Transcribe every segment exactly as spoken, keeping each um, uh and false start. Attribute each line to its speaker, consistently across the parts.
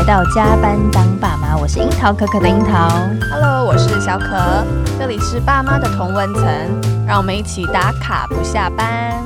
Speaker 1: 到加班当爸妈，我是樱桃可可的樱桃。
Speaker 2: Hello， 我是小可，这里是爸妈的同温层，让我们一起打卡不下班。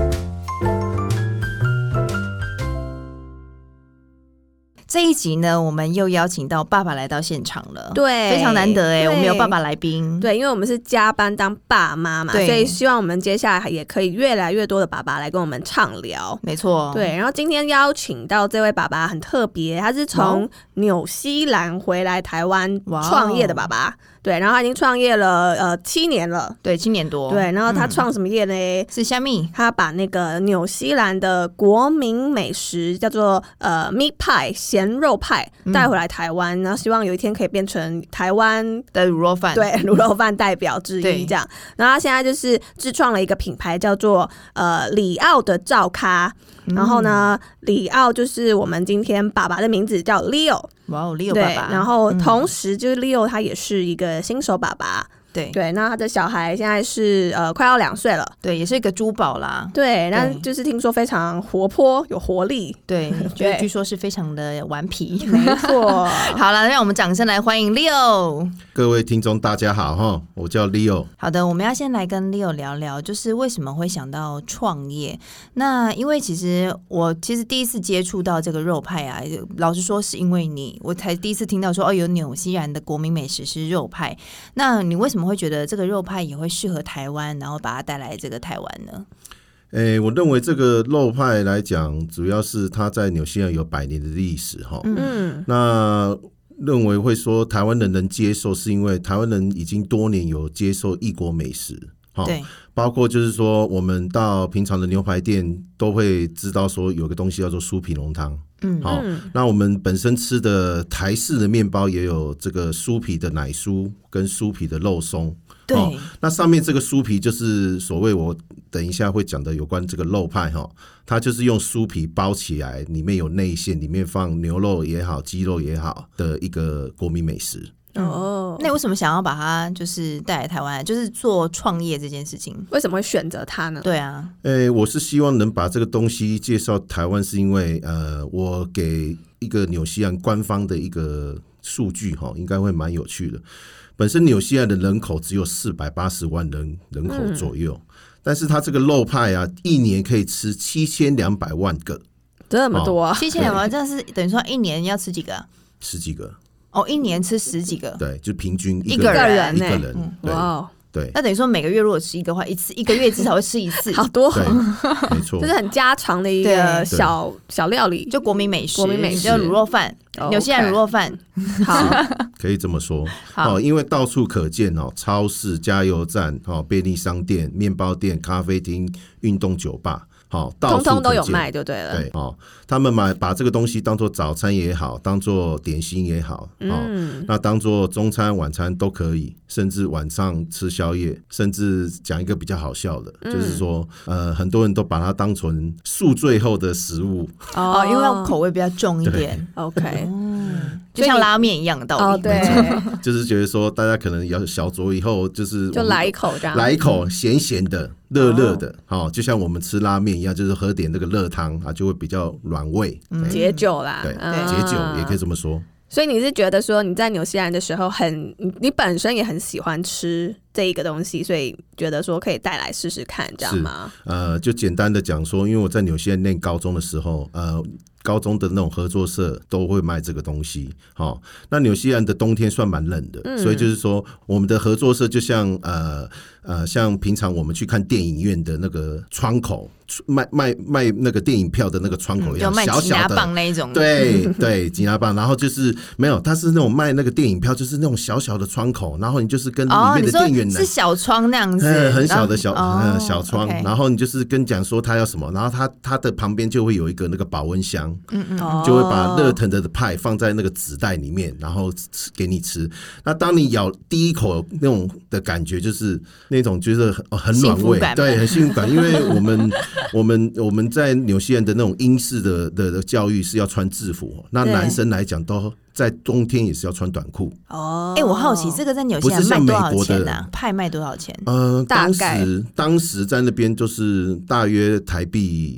Speaker 1: 这一集呢，我们又邀请到爸爸来到现场了，
Speaker 2: 对，
Speaker 1: 非常难得哎，我们有爸爸来宾，
Speaker 2: 对，因为我们是加班当爸妈嘛，所以希望我们接下来也可以越来越多的爸爸来跟我们畅聊，
Speaker 1: 没错，
Speaker 2: 对。然后今天邀请到这位爸爸很特别，他是从纽西兰回来台湾创业的爸爸。对，然后他已经创业了呃七年了，
Speaker 1: 对，七年多。
Speaker 2: 对，然后他创什么业呢？嗯、
Speaker 1: 是虾米？
Speaker 2: 他把那个纽西兰的国民美食叫做呃 meat pie 咸肉派带回来台湾，嗯、然后希望有一天可以变成台湾
Speaker 1: 的卤肉饭，
Speaker 2: 对，卤肉饭代表之一这样。然后他现在就是自创了一个品牌叫做呃里奥的照咖。然后呢，里奥就是我们今天爸爸的名字叫 Leo，
Speaker 1: 哇哦 ，Leo 爸爸。
Speaker 2: 然后同时就是 Leo 他也是一个新手爸爸。
Speaker 1: 对
Speaker 2: 对，那他的小孩现在是呃快要两岁了，
Speaker 1: 对，也是一个珠宝啦。
Speaker 2: 对，那就是听说非常活泼有活力，
Speaker 1: 对，对，据说是非常的顽皮，
Speaker 2: 没错。
Speaker 1: 好了，让我们掌声来欢迎 Leo。
Speaker 3: 各位听众大家好哈，我叫 Leo。
Speaker 1: 好的，我们要先来跟 Leo 聊聊，就是为什么会想到创业。那因为其实我其实第一次接触到这个肉派啊，老实说是因为你，我才第一次听到说哦，有纽西兰的国民美食是肉派。那你为什么会觉得这个肉派也会适合台湾，然后把它带来这个台湾呢？
Speaker 3: 欸、我认为这个肉派来讲，主要是它在纽西兰有百年的历史哈。嗯，那认为会说台湾人能接受，是因为台湾人已经多年有接受异国美食。
Speaker 1: 对，
Speaker 3: 包括就是说，我们到平常的牛排店都会知道说有个东西叫做酥皮浓汤。嗯，好，那我们本身吃的台式的面包也有这个酥皮的奶酥跟酥皮的肉松。
Speaker 1: 对、哦，
Speaker 3: 那上面这个酥皮就是所谓我等一下会讲的有关这个肉派哈，它就是用酥皮包起来，里面有内馅，里面放牛肉也好、鸡肉也好的一个国民美食。
Speaker 1: 哦，那你为什么想要把它就是带来台湾，就是做创业这件事情？
Speaker 2: 为什么会选择它呢？
Speaker 1: 对啊，
Speaker 3: 欸、我是希望能把这个东西介绍台湾，是因为呃，我给一个纽西兰官方的一个数据哈，应该会蛮有趣的。本身纽西兰的人口只有四百八十万人人口左右，嗯、但是它这个肉派啊，一年可以吃七千两百万个，
Speaker 2: 这么多，
Speaker 1: 七千两百万，这样是等于说一年要吃几个？
Speaker 3: 十几个。
Speaker 1: 哦，一年吃十几个，
Speaker 3: 对，就平均一
Speaker 2: 个人
Speaker 3: 一个人，
Speaker 1: 嗯、
Speaker 3: 对、wow、对。
Speaker 1: 那等于说每个月如果吃一个的话，一次一个月至少会吃一次，
Speaker 2: 好多，
Speaker 3: 对，没错，
Speaker 2: 就是很家常的一个小小料理，
Speaker 1: 就国民美食，
Speaker 2: 国民美食，
Speaker 1: 就卤肉饭，纽西兰卤肉饭，
Speaker 2: 好，
Speaker 3: 可以这么说。哦，因为到处可见哦，超市、加油站、哦便利商店、面包店、咖啡厅、运动酒吧。好，到处
Speaker 2: 通通都有卖就对了。
Speaker 3: 对，哦，他们买把这个东西当做早餐也好，当做点心也好，哦，嗯、那当做中餐、晚餐都可以，甚至晚上吃宵夜，甚至讲一个比较好笑的，嗯、就是说，呃，很多人都把它当成宿醉后的食物。
Speaker 1: 哦，因为口味比较重一点。OK， 嗯，就像拉面一样的道理。
Speaker 2: 哦，对，
Speaker 3: 就是觉得说，大家可能要小酌以后，就是
Speaker 2: 就来一口这样，
Speaker 3: 来一口咸咸的。热热的、哦哦，就像我们吃拉面一样，就是喝点那个热汤啊，就会比较软胃，
Speaker 2: 嗯、解酒啦，
Speaker 3: 对，嗯、解酒也可以这么说。
Speaker 2: 所以你是觉得说你在纽西兰的时候很，你本身也很喜欢吃这一个东西，所以觉得说可以带来试试看，这样吗？
Speaker 3: 呃，就简单的讲说，因为我在纽西兰念高中的时候，呃。高中的那种合作社都会卖这个东西，哦，那纽西兰的冬天算蛮冷的，嗯、所以就是说我们的合作社就像呃呃像平常我们去看电影院的那个窗口卖卖卖那个电影票的那个窗口一样，
Speaker 1: 嗯、
Speaker 3: 小小的
Speaker 1: 棒那一种，
Speaker 3: 对对，吉拿棒，然后就是没有，它是那种卖那个电影票，就是那种小小的窗口，然后你就是跟里面的店员、
Speaker 1: 哦、是小窗那样子，
Speaker 3: 嗯、很小的小、
Speaker 1: 哦
Speaker 3: 嗯、小窗，
Speaker 1: okay
Speaker 3: 然后你就是跟讲说他要什么，然后他他的旁边就会有一个那个保温箱。嗯嗯，就会把热腾腾的派放在那个纸袋里面，然后给你吃。那当你咬第一口那种的感觉，就是那种就是很暖胃，对，很幸福感。因为我们我们我们在纽西兰的那种英式的 的, 的教育是要穿制服，那男生来讲都在冬天也是要穿短裤。
Speaker 1: 哦，哎，我好奇这个在纽西兰卖多少钱啊？派卖多少钱？
Speaker 3: 呃，当时当时在那边就是大约台币。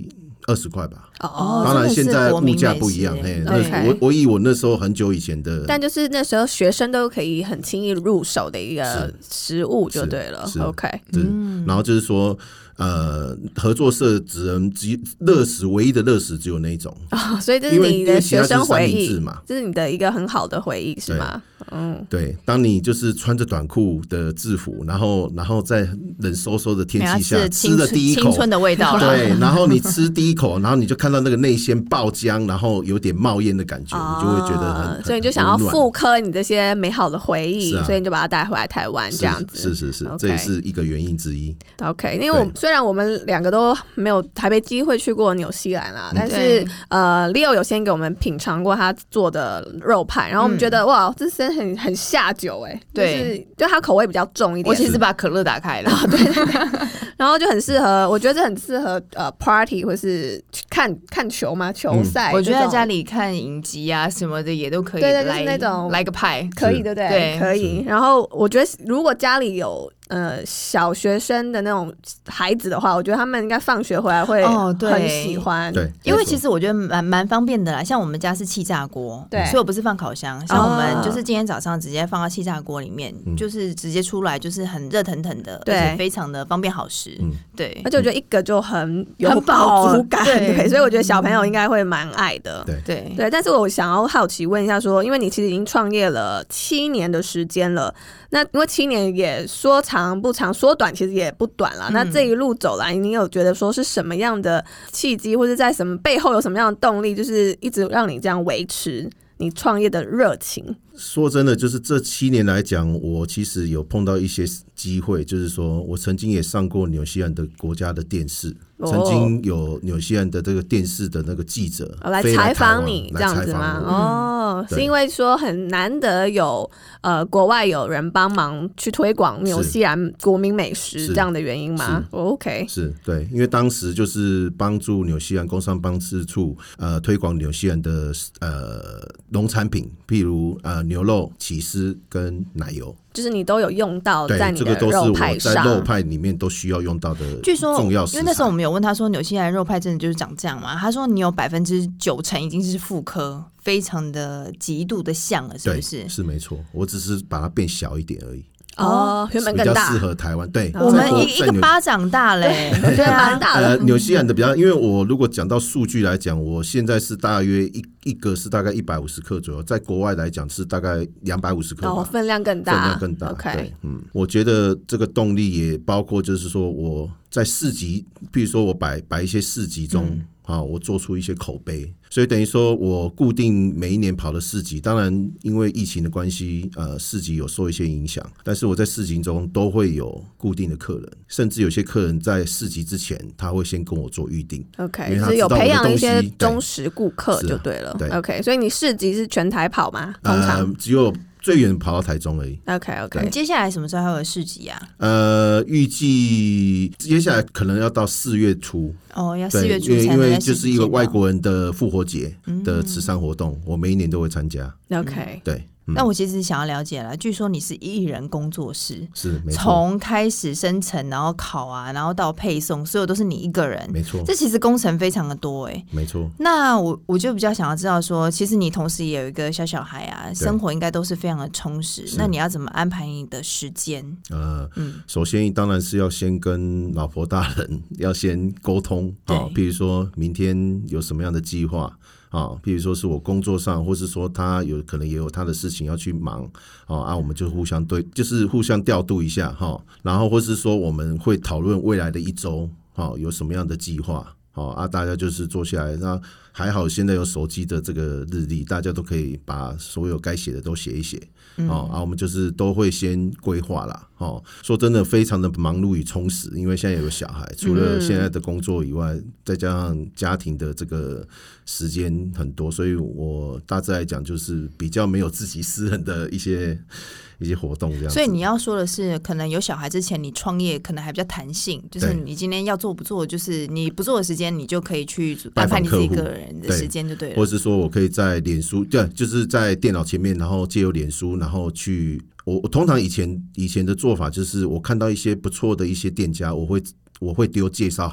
Speaker 3: 二十块吧。
Speaker 1: 哦，
Speaker 3: 当然现在物价不一样。嘿，
Speaker 2: okay.
Speaker 3: 我我以我那时候很久以前的，
Speaker 2: 但就是那时候学生都可以很轻易入手的一个食物就对了。OK，
Speaker 3: 嗯，然后就是说。呃，合作社只能只乐食，唯一的乐食只有那一种、
Speaker 2: 哦、所以这是你的学生回忆
Speaker 3: 嘛，
Speaker 2: 这是你的一个很好的回忆是吗？
Speaker 3: 嗯，对，当你就是穿着短裤的制服，然后然后在冷飕飕的天气下吃了第一口
Speaker 1: 青春的味道，
Speaker 3: 对，然后你吃第一口，然后你就看到那个内馅爆浆，然后有点冒烟的感觉，哦、你就会觉得很，
Speaker 2: 所以你就想要复刻你这些美好的回忆，啊、所以你就把它带回来台湾这样子，
Speaker 3: 是是是，是 okay. 这也是一个原因之一。
Speaker 2: OK， 因为我虽然我们两个都没有台北机会去过纽西兰啦，但是呃 ，Leo 有先给我们品尝过他做的肉派，然后我们觉得、嗯、哇，这真的很很下酒哎、欸，对，就是就它口味比较重一点。
Speaker 1: 我其实把可乐打开了，
Speaker 2: 对对对，然后就很适合，我觉得这很适合呃 party 或是看看球嘛，球赛、嗯。
Speaker 1: 我觉得在家里看影集啊什么的也都可以，
Speaker 2: 对对，就是那种
Speaker 1: 来个派，
Speaker 2: 可以对不对？对，可以。然后我觉得如果家里有呃小学生的那种孩子的话，我觉得他们应该放学回来会很喜欢。
Speaker 3: 哦、对，
Speaker 1: 因为其实我觉得蛮蛮方便的啦。像我们家是气炸锅，对，所以我不是放烤箱。像我们就是今天早上直接放到气炸锅里面，嗯、就是直接出来就是很热腾腾的，对，而且非常的方便好食。嗯、对，
Speaker 2: 而且我觉得一个就很有饱足感，对，对，所以我觉得小朋友应该会蛮爱的。
Speaker 3: 对
Speaker 2: 对对，但是我想要好奇问一下说，因为你其实已经创业了七年的时间了。那因为七年也说长不长，说短其实也不短啦、嗯、那这一路走来你有觉得说是什么样的契机，或是在什么背后有什么样的动力，就是一直让你这样维持你创业的热情？
Speaker 3: 说真的，就是这七年来讲，我其实有碰到一些机会，就是说我曾经也上过纽西兰的国家的电视、哦、曾经有纽西兰的这个电视的那个记者、哦、
Speaker 2: 来采访你这样子吗？哦，是因为说很难得有呃国外有人帮忙去推广纽西兰国民美食这样的原因吗？哦、OK，
Speaker 3: 是对，因为当时就是帮助纽西兰工商办事处呃推广纽西兰的呃农产品，譬如呃牛肉、起司跟奶油，
Speaker 2: 就是你都有用到在你的肉派上，
Speaker 3: 这个都是我在肉派里面都需要用到的重要食材。
Speaker 1: 据说，因为那时候我们有问他说，纽西兰肉派真的就是长这样吗？他说你有百分之九成已经是复刻，非常的极度的像了，是不是？
Speaker 3: 是没错，我只是把它变小一点而已。
Speaker 2: 哦，原本更大，
Speaker 3: 比较适合台湾。对，
Speaker 1: 我们一一个巴掌大嘞，对啊，蛮大的。
Speaker 3: 呃，纽西兰的比较，因为我如果讲到数据来讲，我现在是大约一一个是大概一百五十克左右，在国外来讲是大概两百五十克，
Speaker 2: 哦，分量更大，
Speaker 3: 分量更大。
Speaker 2: OK，
Speaker 3: 对，嗯，我觉得这个动力也包括，就是说我在市集，比如说我摆摆一些市集中。嗯好，我做出一些口碑，所以等于说我固定每一年跑的市集，当然因为疫情的关系，呃，市集有受一些影响，但是我在市集中都会有固定的客人，甚至有些客人在市集之前，他会先跟我做预定
Speaker 2: ，OK， 就是有培养一些忠实顾客就对了，对 ，OK， 所以你市集是全台跑吗？通常、呃、
Speaker 3: 只有。最远跑到台中而已。
Speaker 2: OK OK。
Speaker 1: 接下来什么时候还有市集啊？
Speaker 3: 呃，预计接下来可能要到四月初。
Speaker 1: 哦，要四月初才能在市集见到。
Speaker 3: 因为就是一个外国人的复活节的慈善活动，嗯、我每一年都会参加。
Speaker 2: OK，
Speaker 3: 对。
Speaker 1: 嗯、那我其实想要了解了，据说你是艺人工作室，
Speaker 3: 是没错，
Speaker 1: 从开始生成，然后烤啊，然后到配送，所有都是你一个人，
Speaker 3: 没错。
Speaker 1: 这其实工程非常的多哎、欸，
Speaker 3: 没错。
Speaker 1: 那我我就比较想要知道说，其实你同时也有一个小小孩啊，生活应该都是非常的充实，那你要怎么安排你的时间？呃，嗯，
Speaker 3: 首先当然是要先跟老婆大人要先沟通，哦，比如说明天有什么样的计划。啊，譬如说是我工作上，或是说他有可能也有他的事情要去忙，啊，我们就互相对，就是互相调度一下哈，然后或是说我们会讨论未来的一周，哈，有什么样的计划，好啊，大家就是坐下来，那还好现在有手机的这个日历，大家都可以把所有该写的都写一写。嗯、哦啊，我们就是都会先规划啦。哦，说真的，非常的忙碌与充实，因为现在有个小孩，除了现在的工作以外，嗯、再加上家庭的这个时间很多，所以我大致来讲就是比较没有自己私人的一些一些活动这样子。
Speaker 1: 所以你要说的是，可能有小孩之前，你创业可能还比较弹性，就是你今天要做不做，就是你不做的时间，你就可以去安排你自己个人的时间就对了。
Speaker 3: 或者是说我可以在脸书，对，就是在电脑前面，然后借由脸书。然后去，我我通常以前以前的做法就是，我看到一些不错的一些店家，我会我会丢介绍函，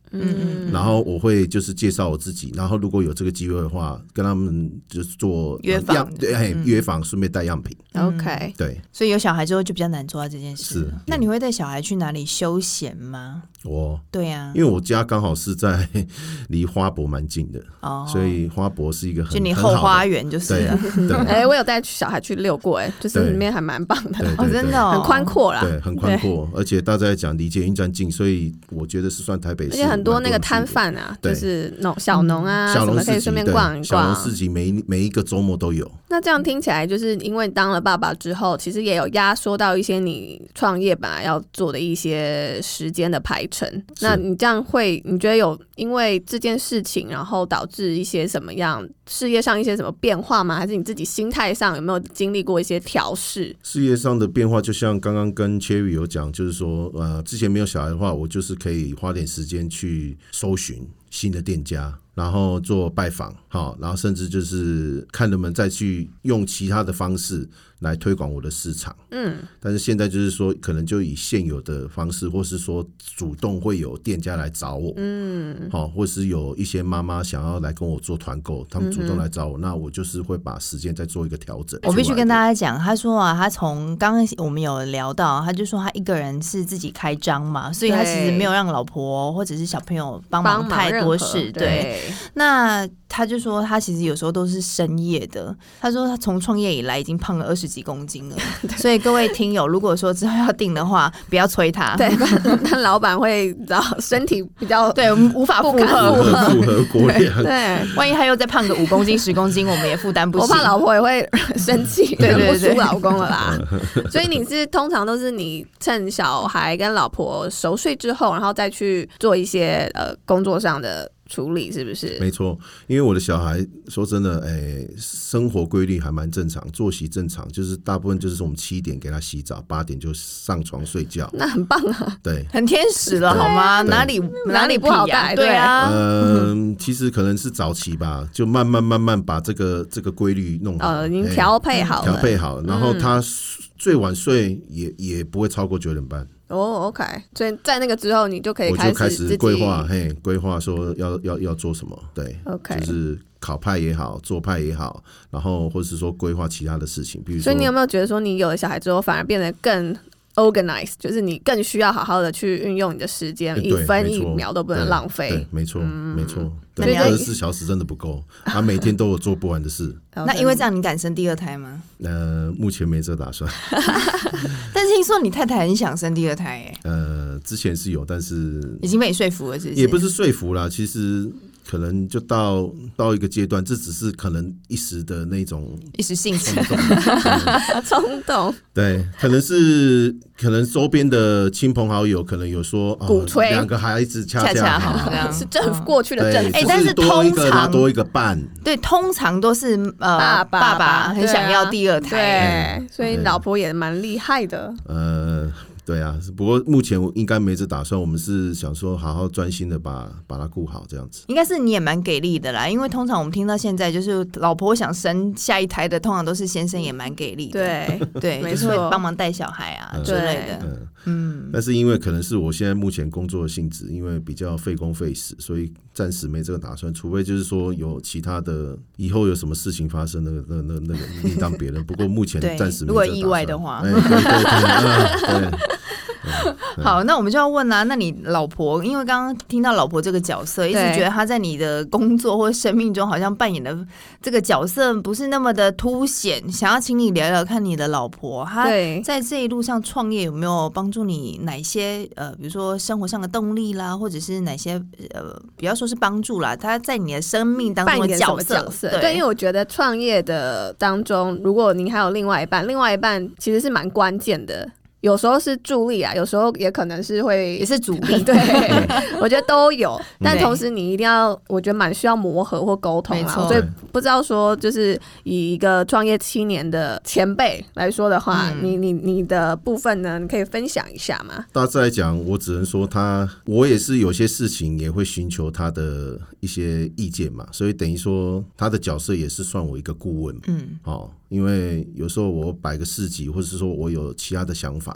Speaker 3: 嗯，然后我会就是介绍我自己，然后如果有这个机会的话，跟他们就是做
Speaker 1: 约访，
Speaker 3: 对，嗯、约访顺便带样品。
Speaker 2: OK，
Speaker 3: 对，
Speaker 1: 所以有小孩之后就比较难做到这件事。
Speaker 3: 是，
Speaker 1: 那你会带小孩去哪里休闲吗？
Speaker 3: 我
Speaker 1: 对啊，
Speaker 3: 因为我家刚好是在离花博蛮近的，哦，所以花博是一个很
Speaker 1: 就你后花园就是了。
Speaker 2: 哎、欸，我有带小孩去遛过、欸，哎，就是里面还蛮棒的，
Speaker 1: 哦，真的、哦，
Speaker 2: 很宽阔啦，
Speaker 3: 对，很宽阔，而且大家在讲离捷运站近，所以我觉得是算台北市，
Speaker 2: 而且很多那个摊贩啊，就是农小农啊，
Speaker 3: 小农
Speaker 2: 什么可以顺便逛一逛，
Speaker 3: 小农市集每一每一个周末都有。
Speaker 2: 那这样听起来，就是因为当了爸爸之后，其实也有压缩到一些你创业本来要做的一些时间的排程。那你这样会，你觉得有因为这件事情，然后导致一些什么样事业上一些什么变化吗？还是你自己心态上有没有经历过一些调试？
Speaker 3: 事业上的变化，就像刚刚跟 Cherry 有讲，就是说，呃，之前没有小孩的话，我就是可以花点时间去搜寻新的店家，然后做拜访，好，然后甚至就是看能不能再去用其他的方式来推广我的市场。嗯，但是现在就是说，可能就以现有的方式，或是说主动会有店家来找我，嗯，好，或是有一些妈妈想要来跟我做团购，他们主动来找我，嗯、那我就是会把时间再做一个调整。
Speaker 1: 我必须跟大家讲，他说啊，他从刚刚我们有聊到，他就说他一个人是自己开张嘛，所以他其实没有让老婆或者是小朋友帮忙太多事，对。对，那他就说他其实有时候都是深夜的，他说他从创业以来已经胖了二十几公斤了，所以各位听友如果说之后要订的话，不要催他，
Speaker 2: 对，那老板会知道身体比较
Speaker 1: 对无法负荷
Speaker 3: 负荷过量，
Speaker 2: 对，
Speaker 1: 万一他又再胖个五公斤十公斤，我们也负担不起。
Speaker 2: 我怕老婆也会生气，对对对，不输老公了啦。所以你是通常都是你趁小孩跟老婆熟睡之后，然后再去做一些呃工作上的处理，是不是？
Speaker 3: 没错，因为我的小孩说真的，哎、欸，生活规律还蛮正常，作息正常，就是大部分就是我们七点给他洗澡，八点就上床睡觉，
Speaker 2: 那很棒啊，
Speaker 3: 对，
Speaker 1: 很天使了好吗？哪里哪里不好带？对啊，
Speaker 3: 嗯，其实可能是早期吧，就慢慢慢慢把这个这个规律弄好，
Speaker 2: 呃，已经调配好了，
Speaker 3: 调、欸、配好，然后他最晚睡也也不会超过九点半。
Speaker 2: 哦、oh, ，OK， 所以在那个之后，你就可以
Speaker 3: 开始我就开始规划，嘿，规划说要要要做什么，对
Speaker 2: ，OK，
Speaker 3: 就是烤派也好，做派也好，然后或是说规划其他的事情，比如说，
Speaker 2: 所以你有没有觉得说，你有了小孩之后，反而变得更 organize， 就是你更需要好好的去运用你的时间，一分一秒都不能浪费，
Speaker 3: 对，没错，嗯、没错。对，二十四小时真的不够，他每天都有做不完的事。
Speaker 1: 那因为这样，你敢生第二胎吗？
Speaker 3: 呃，目前没这打算。
Speaker 1: 但是听说你太太很想生第二胎、欸，
Speaker 3: 呃，之前是有，但是
Speaker 1: 已经被你说服了是不是，
Speaker 3: 也不是说服啦，其实。可能就到到一个阶段，这只是可能一时的那种
Speaker 1: 一时兴起
Speaker 2: 冲动，
Speaker 3: 对，可能是可能周边的亲朋好友可能有说
Speaker 2: 鼓吹
Speaker 3: 两、哦、个孩子恰
Speaker 1: 恰
Speaker 3: 好，
Speaker 1: 这样
Speaker 2: 是政府过去的政府，
Speaker 1: 哎、欸，但是通常
Speaker 3: 多一个伴，
Speaker 1: 对，通常都是呃
Speaker 2: 爸爸
Speaker 1: 爸爸很想要第二胎，
Speaker 2: 对，对所以老婆也蛮厉害的，
Speaker 3: 呃。对啊，不过目前应该没这打算，我们是想说好好专心的把把它顾好这样子。
Speaker 1: 应该是你也蛮给力的啦，因为通常我们听到现在就是老婆想生下一胎的，通常都是先生也蛮给力的，
Speaker 2: 对
Speaker 1: 对，
Speaker 2: 没错，
Speaker 1: 就是帮忙带小孩啊、嗯、之类的。嗯
Speaker 3: 嗯，但是因为可能是我现在目前工作的性质，因为比较费工费时，所以暂时没这个打算，除非就是说有其他的以后有什么事情发生，那个那个那个那个另当别论。不过目前暂时没这个打算。
Speaker 1: 如果意外的话，
Speaker 3: 哎、对对对。嗯对
Speaker 1: 好，那我们就要问啦、啊。那你老婆，因为刚刚听到老婆这个角色，一直觉得她在你的工作或生命中好像扮演的这个角色不是那么的凸显。想要请你聊聊看你的老婆，她在这一路上创业有没有帮助你哪些呃，比如说生活上的动力啦，或者是哪些呃，不要说是帮助啦，她在你的生命当中的角色。
Speaker 2: 角色对，对，因为我觉得创业的当中，如果你还有另外一半，另外一半其实是蛮关键的。有时候是助力啊，有时候也可能是会
Speaker 1: 也是阻力，
Speaker 2: 对，我觉得都有。但同时你一定要，我觉得蛮需要磨合或沟通啊。所以不知道说，就是以一个创业七年的前辈来说的话，嗯、你你你的部分呢，你可以分享一下吗？
Speaker 3: 大致来讲，我只能说他，我也是有些事情也会寻求他的一些意见嘛，所以等于说他的角色也是算我一个顾问，嗯，哦。因为有时候我摆个市集，或者是说我有其他的想法，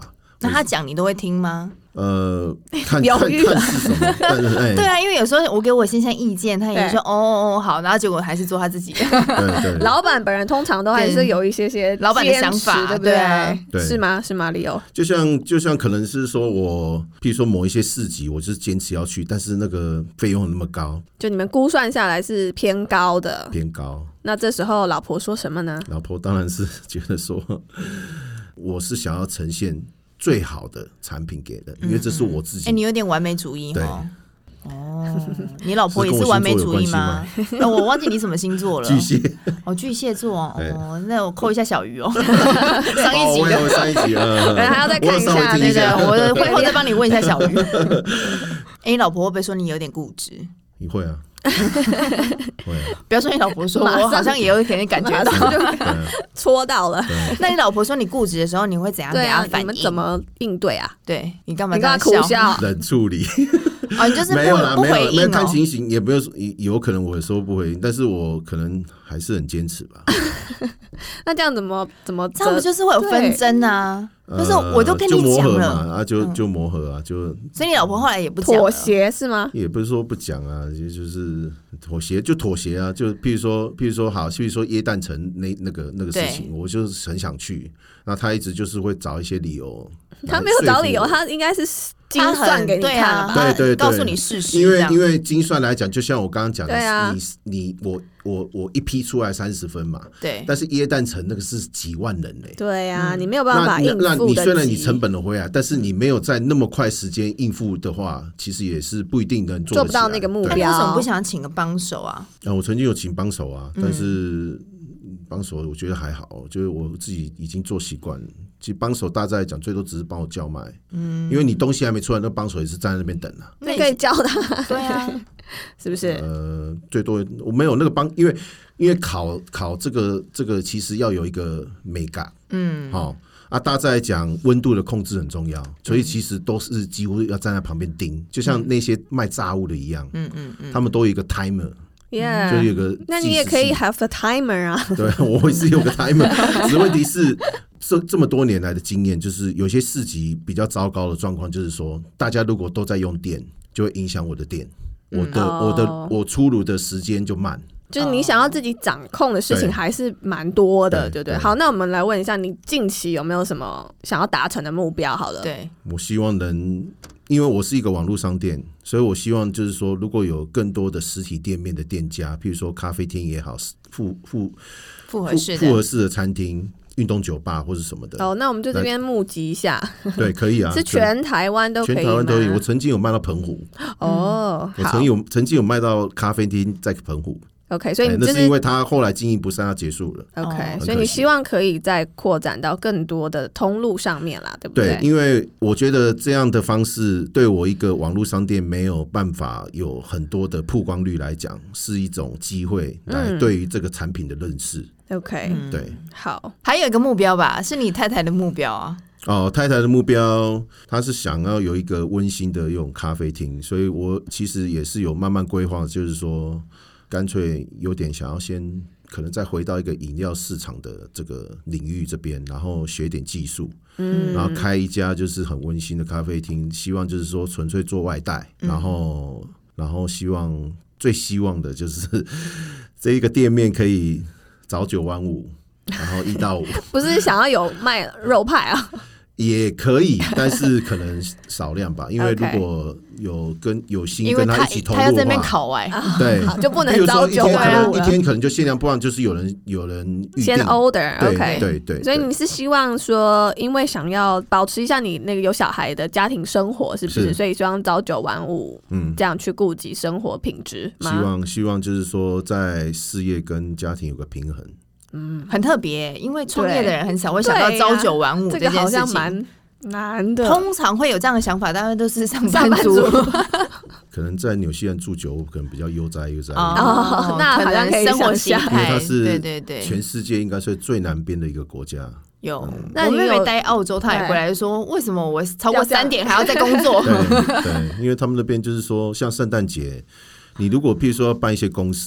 Speaker 1: 那他讲你都会听吗？
Speaker 3: 呃，看看看是什么，但是哎，
Speaker 1: 对啊，因为有时候我给我先生意见，他也说哦哦哦好，然后结果还是做他自己。
Speaker 3: 对对，
Speaker 2: 老板本人通常都还是有一些些
Speaker 1: 老板的想法，
Speaker 2: 对不对？
Speaker 3: 对，
Speaker 2: 是吗？是吗？理由
Speaker 3: 就像就像可能是说我，譬如说某一些市集，我就是坚持要去，但是那个费用那么高，
Speaker 2: 就你们估算下来是偏高的，
Speaker 3: 偏高。
Speaker 2: 那这时候老婆说什么呢？
Speaker 3: 老婆当然是觉得说，我是想要呈现最好的产品给人，因为这是我自己。
Speaker 1: 哎、欸，你有点完美主义哦。哦，你老婆也
Speaker 3: 是
Speaker 1: 完美主义吗？哦、我忘记你什么星座了。
Speaker 3: 巨蟹。
Speaker 1: 哦，巨蟹座哦。那我扣一下小鱼哦。上一集的，
Speaker 3: 哦、上一集，嗯，
Speaker 2: 还要再看一下
Speaker 1: 那个，我会后再帮你问一下小鱼。哎、欸，你老婆会不会说你有点固执？
Speaker 3: 你会啊。
Speaker 1: 会啊，不要说你老婆说，我好像也有点感觉到，
Speaker 2: 戳到了。
Speaker 1: 那你老婆说你固执的时候，你会怎样给她反应？
Speaker 2: 你们怎么应对啊？
Speaker 1: 对你干嘛？
Speaker 2: 你跟她苦笑，
Speaker 3: 冷处理。
Speaker 1: 哦，你就是不
Speaker 3: 没有啦，
Speaker 1: 不回应、哦、
Speaker 3: 没有看情形，也没有有可能我有时候不回应，但是我可能还是很坚持吧。
Speaker 2: 那这样怎么怎么
Speaker 1: 这样不就是会有纷争啊？就是我都跟你讲了，
Speaker 3: 呃、啊，就就磨合啊，就。
Speaker 1: 所以你老婆后来也不讲
Speaker 2: 妥协是吗？
Speaker 3: 也不是说不讲啊，就就是妥协就妥协啊，就譬如说譬如说好，譬如说耶诞城那那个那个事情，我就是很想去，那他一直就是会找一些理由。
Speaker 2: 他没有找理由，他应该是精算给你看了吧？
Speaker 3: 对对对，
Speaker 1: 告诉你事实。
Speaker 3: 因为因为精算来讲，就像我刚刚讲的，
Speaker 2: 啊、
Speaker 3: 你你我我我一批出来三十分嘛，
Speaker 1: 对。
Speaker 3: 但是耶诞城那个是几万人嘞，
Speaker 2: 对啊，嗯、你没有办法应付得及。
Speaker 3: 那你虽然你成本了回来，但是你没有在那么快时间应付的话，其实也是不一定能做得起来，
Speaker 2: 做不到那个目标。
Speaker 1: 那为什么不想请个帮手啊？
Speaker 3: 啊，我曾经有请帮手啊，但是帮手我觉得还好，就是我自己已经做习惯了。其实帮手大致来讲，最多只是帮我叫卖，嗯，因为你东西还没出来，那帮手也是站在那边等啊。
Speaker 2: 你可以教他，
Speaker 1: 对啊，
Speaker 2: 是不是？
Speaker 3: 呃，最多我没有那个帮，因为因为烤烤这个这个其实要有一个美感，嗯，好、哦、啊，大致来讲温度的控制很重要，所以其实都是几乎要站在旁边盯，就像那些卖炸物的一样，嗯嗯嗯，他们都有一个 timer。Yeah, 就有个，
Speaker 2: 那你也可以 have a timer 啊。
Speaker 3: 对，我也是有个 timer， 只是问题是这这么多年来的经验，就是有些市集比较糟糕的状况，就是说大家如果都在用电，就会影响我的电，我的、嗯、我的我出炉的时间就慢。
Speaker 2: 就是你想要自己掌控的事情还是蛮多的，对不 对, 对？好，那我们来问一下，你近期有没有什么想要达成的目标？好了，
Speaker 1: 对，
Speaker 3: 我希望能。因为我是一个网络商店，所以我希望就是说，如果有更多的实体店面的店家，譬如说咖啡厅也好，复复
Speaker 1: 复合式的
Speaker 3: 复合式的餐厅、运动酒吧或是什么的。
Speaker 2: 哦，那我们就这边募集一下。
Speaker 3: 对，可以啊，
Speaker 2: 是全台湾都可以吗？
Speaker 3: 全台湾都可以。我曾经有卖到澎湖。
Speaker 2: 哦，
Speaker 3: 我曾经有曾经有卖到咖啡厅在澎湖。
Speaker 2: OK， 所以你、就是
Speaker 3: 欸、那是因为他后来经营不善，他结束了。
Speaker 2: OK，、哦、所以你希望可以再扩展到更多的通路上面啦，对不对？
Speaker 3: 对，因为我觉得这样的方式对我一个网络商店没有办法有很多的曝光率来讲，是一种机会来对于这个产品的认识。
Speaker 2: 嗯、OK，
Speaker 3: 对，
Speaker 2: 好，
Speaker 1: 还有一个目标吧，是你太太的目标啊。
Speaker 3: 哦，太太的目标，她是想要有一个温馨的用咖啡厅，所以我其实也是有慢慢规划，就是说。干脆有点想要先可能再回到一个饮料市场的这个领域这边，然后学点技术，嗯，然后开一家就是很温馨的咖啡厅，希望就是说纯粹做外带，嗯、然后然后希望最希望的就是这一个店面可以早九晚五，然后一到五，
Speaker 2: 不是想要有卖肉派啊。
Speaker 3: 也可以，但是可能少量吧，因为如果有跟有心跟他一起投入的话，
Speaker 1: 他要在那边烤哎，
Speaker 3: 对，
Speaker 2: 就不能早九晚五，
Speaker 3: 一天可能就限量，不然就是有人有人
Speaker 2: 先 order，OK，
Speaker 3: 对对。
Speaker 2: 所以你是希望说，因为想要保持一下你那个有小孩的家庭生活，是不是？是所以希望早九晚五，嗯，这样去顾及生活品质吗？
Speaker 3: 希望希望就是说，在事业跟家庭有个平衡。
Speaker 1: 嗯，很特别，因为创业的人很少会想到朝九晚五这件事情，
Speaker 2: 这个好像蛮难的。
Speaker 1: 通常会有这样的想法，大概都是上班族。
Speaker 3: 可能在纽西兰住久，可能比较悠哉悠哉。
Speaker 2: 哦，那好像可以
Speaker 1: 生活形态，
Speaker 3: 因为它是
Speaker 1: 对对对，
Speaker 3: 全世界应该是最南边的一个国家。
Speaker 1: 有，嗯、那我妹妹待澳洲，她也回来说，为什么我超过三点还要在工作？
Speaker 3: 对对，因为他们那边就是说，像圣诞节，你如果譬如说要办一些公事。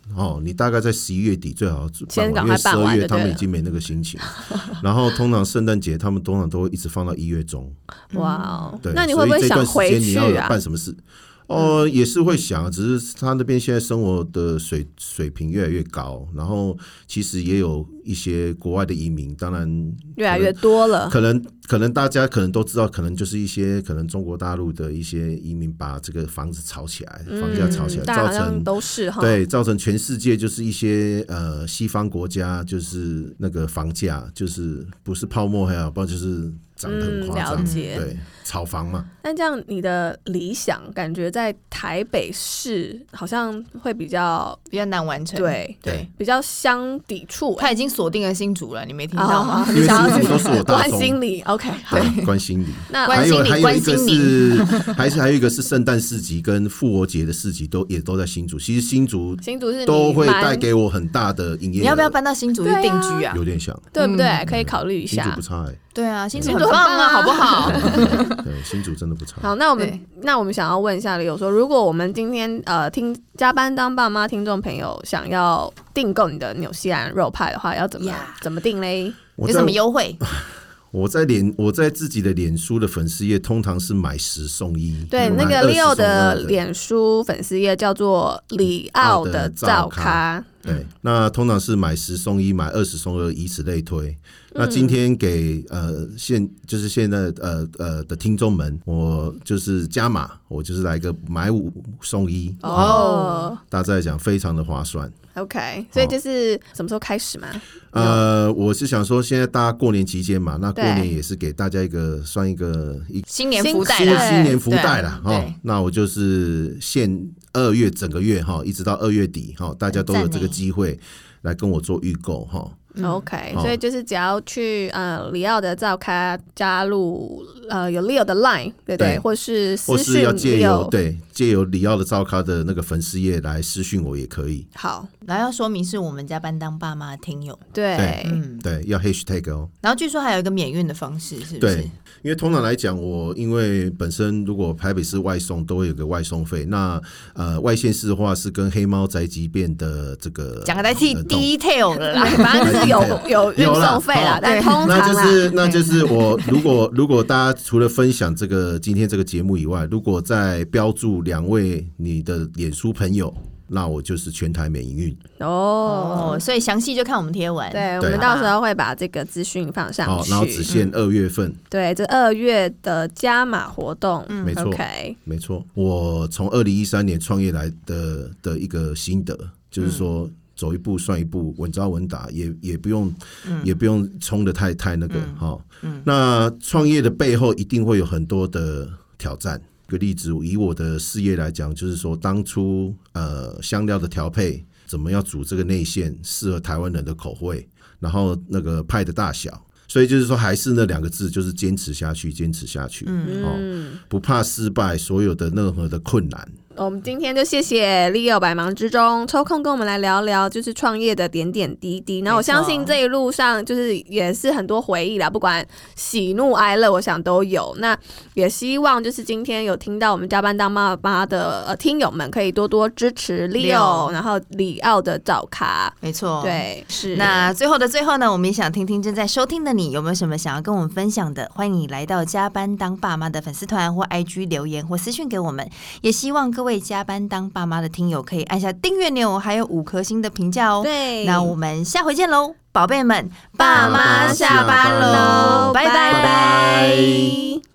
Speaker 3: 哦，你大概在十一月底最好
Speaker 2: 先
Speaker 3: 办完，因为十二月他们已
Speaker 2: 了
Speaker 3: 经没那个心情。然后通常圣诞节他们通常都会一直放到一月中。
Speaker 2: 哇哦，
Speaker 3: 对，
Speaker 2: 那你会不会想回去啊？
Speaker 3: 所以这段时间你要办什么事？哦，也是会想，只是他那边现在生活的水水平越来越高，然后其实也有一些国外的移民，当然
Speaker 2: 越来越多了。
Speaker 3: 可能可能大家可能都知道，可能就是一些可能中国大陆的一些移民把这个房子炒起来，房价炒起来，
Speaker 2: 嗯、
Speaker 3: 造成
Speaker 2: 都是哈，
Speaker 3: 对，造成全世界就是一些呃西方国家就是那个房价就是不是泡沫，还有不知道就是涨得很夸张，
Speaker 2: 嗯、了解
Speaker 3: 对，炒房嘛。
Speaker 2: 那这样你的理想感觉在台北市好像会比较
Speaker 1: 比较难完成，
Speaker 2: 对
Speaker 3: 对，
Speaker 2: 比较相抵触。
Speaker 1: 他已经锁定了新竹了，你没听到吗？
Speaker 3: 因为新竹都是我大宗，
Speaker 2: 关心里 OK，
Speaker 3: 对，关心里。
Speaker 2: 那
Speaker 3: 还有还有一个是，还是还有一个是圣诞市集跟复活节的市集都也都在新竹。其实新竹
Speaker 2: 新竹是
Speaker 3: 都会带给我很大的营业额。
Speaker 1: 你要不要搬到新竹去定居啊？
Speaker 3: 有点想，
Speaker 2: 对不对？可以考虑一下。
Speaker 3: 新竹不差哎。
Speaker 1: 对啊，新竹很棒啊，好不好？
Speaker 3: 对，新竹真的不差。
Speaker 2: 好，那我们那我们想要问一下Leo说，如果我们今天呃听加班当爸妈听众朋友想要订购你的纽西兰肉派的话，要怎么、yeah. 怎么订嘞？
Speaker 1: 有什么优惠？
Speaker 3: 我在脸我在自己的脸书的粉丝页，通常是买十送一。
Speaker 2: 对，那个 Leo 的脸书粉丝页叫做里奥的灶咖。
Speaker 3: 对，那通常是买十送一，买二十送二，以此类推。那今天给呃现就是现在呃呃的听众们，我就是加码，我就是来个买五送一哦，大家来讲非常的划算。
Speaker 2: OK， 所以就是什么时候开始吗？
Speaker 3: 呃，我是想说，现在大家过年期间嘛，那过年也是给大家一个算一个一
Speaker 1: 新年福袋，
Speaker 3: 新新年福袋啦哈。那我就是限二月整个月哈，一直到二月底哈，大家都有这个机会来跟我做预购哈。
Speaker 2: OK，、嗯、所以就是只要去呃里奥的灶咖加入呃有 Leo 的 Line， 对不 对, 对？或是私讯 Leo， 或是
Speaker 3: 要借由对借由里奥的灶咖的那个粉丝页来私讯我也可以。
Speaker 2: 好，
Speaker 1: 然后要说明是我们加班当爸妈的听友，
Speaker 2: 对，
Speaker 3: 对，嗯，对，要 hashtag 哦。
Speaker 1: 然后据说还有一个免运的方式，是不是？
Speaker 3: 对，因为通常来讲，我因为本身如果台北市外送都会有个外送费，那呃外县市的话是跟黑猫宅急便的这个
Speaker 1: 讲的太 detail 了啦，
Speaker 2: 反正就是有有运送费啦，但通常
Speaker 3: 那就是那就是我如果如果大家除了分享这个今天这个节目以外，如果再标注两位你的脸书朋友，那我就是全台免营运
Speaker 1: 哦，所以详细就看我们贴文。
Speaker 2: 对，我们到时候会把这个资讯放上去。
Speaker 3: 好，然后只限二月份。
Speaker 2: 嗯、对，这二月的加码活动，
Speaker 3: 嗯、没错，
Speaker 2: okay
Speaker 3: 没错。我从二零一三年创业来的的一个心得，就是说。嗯走一步算一步，稳扎稳打，也也不用，嗯、也不用冲得太太那个哈、嗯嗯。那创业的背后一定会有很多的挑战。举个例子，以我的事业来讲，就是说当初呃香料的调配，怎么样煮这个内馅适合台湾人的口味，然后那个派的大小。所以就是说，还是那两个字，就是坚持下去，坚持下去，嗯哦，不怕失败，所有的任何的困难。
Speaker 2: 我们今天就谢谢 Leo 百忙之中抽空跟我们来聊聊，就是创业的点点滴滴。那我相信这一路上就是也是很多回忆啦，不管喜怒哀乐，我想都有。那也希望就是今天有听到我们加班当妈妈的呃听友们，可以多多支持 Leo， 然后里奥的灶咖。
Speaker 1: 没错，
Speaker 2: 对，是。
Speaker 1: 那最后的最后呢，我们也想听听正在收听的你有没有什么想要跟我们分享的？欢迎你来到加班当爸妈的粉丝团或 I G 留言或私讯给我们。也希望各位加班当爸妈的听友可以按下订阅钮，还有五颗星的评价哦。
Speaker 2: 对，
Speaker 1: 那我们下回见喽，宝贝们，爸妈下班喽，拜拜。